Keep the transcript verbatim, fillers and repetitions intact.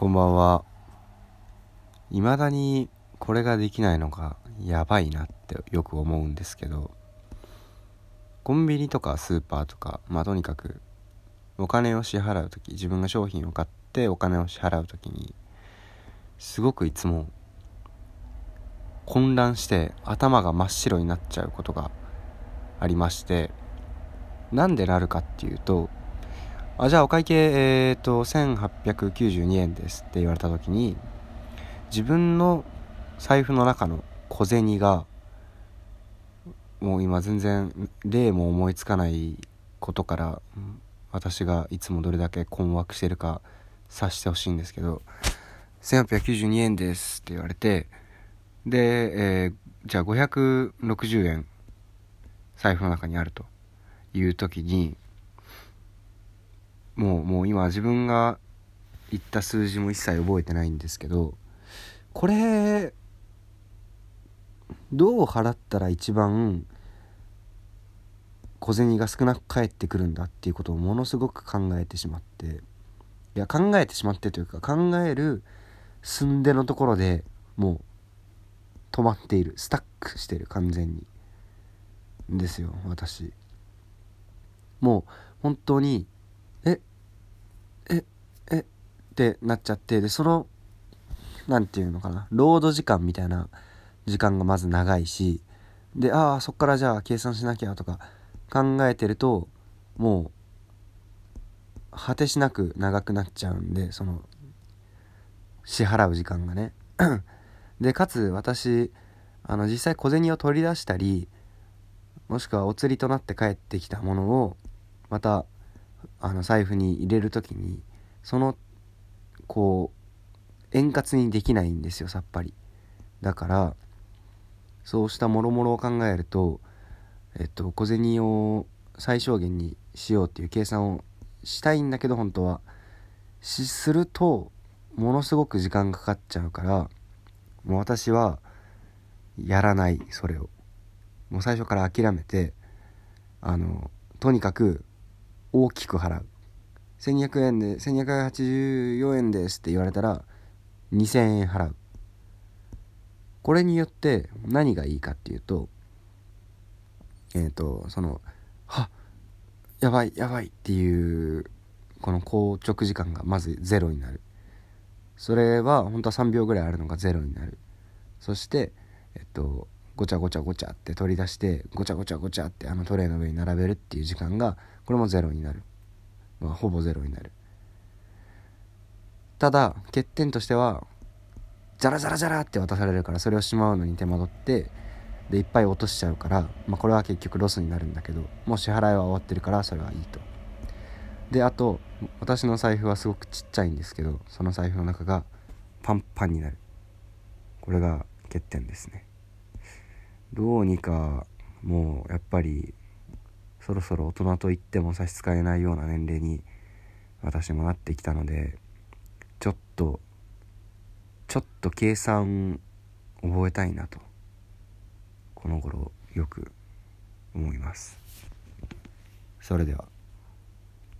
こんばんは。未だにこれができないのがやばいなってよく思うんですけど、コンビニとかスーパーとか、まあとにかくお金を支払うとき、自分が商品を買ってお金を支払うときにすごくいつも混乱して頭が真っ白になっちゃうことがありまして、なんでなるかっていうと、あじゃあお会計えーとせんはっぴゃくきゅうじゅうにえんですって言われたときに、自分の財布の中の小銭がもう今全然例も思いつかないことから、私がいつもどれだけ困惑してるか察してほしいんですけど、せんはっぴゃくきゅうじゅうにえんですって言われて、で、えー、じゃあごひゃくろくじゅうえん財布の中にあるという時に、もうもう今自分が言った数字も一切覚えてないんですけど、これどう払ったら一番小銭が少なく返ってくるんだっていうことをものすごく考えてしまって、いや考えてしまってというか、考える寸出のところでもう止まっている、スタックしてる、完全にですよ。私もう本当にえええってなっちゃって、でそのなんていうのかな、ロード時間みたいな時間がまず長いし、でああそっからじゃあ計算しなきゃとか考えてると、もう果てしなく長くなっちゃうんで、その支払う時間がねでかつ私あの実際小銭を取り出したり、もしくはお釣りとなって帰ってきたものをまたあの財布に入れるときに、そのこう円滑にできないんですよ、さっぱり。だからそうしたもろもろを考えると、えっと小銭を最小限にしようっていう計算をしたいんだけど、本当はしするとものすごく時間がかかっちゃうから、もう私はやらない。それをもう最初から諦めて、あのとにかく大きく払う。せんにひゃくえんでせんにひゃくはちじゅうよんえんですって言われたらにせんえん払う。これによって何がいいかっていうと、えっとそのはやばいやばいっていうこの硬直時間がまずゼロになる。それは本当はさんびょうぐらいあるのがゼロになる。そしてえっとごちゃごちゃごちゃって取り出して、ごちゃごちゃごちゃってあのトレイの上に並べるっていう時間が、これもゼロになる、まあ、ほぼゼロになる。ただ欠点としては、ジャラジャラジャラって渡されるから、それをしまうのに手間取って、でいっぱい落としちゃうから、まあ、これは結局ロスになるんだけど、もう支払いは終わってるからそれはいいと。であと私の財布はすごくちっちゃいんですけど、その財布の中がパンパンになる。これが欠点ですね。どうにかもうやっぱりそろそろ大人と言っても差し支えないような年齢に私もなってきたので、ちょっとちょっと計算覚えたいなとこの頃よく思います。それでは。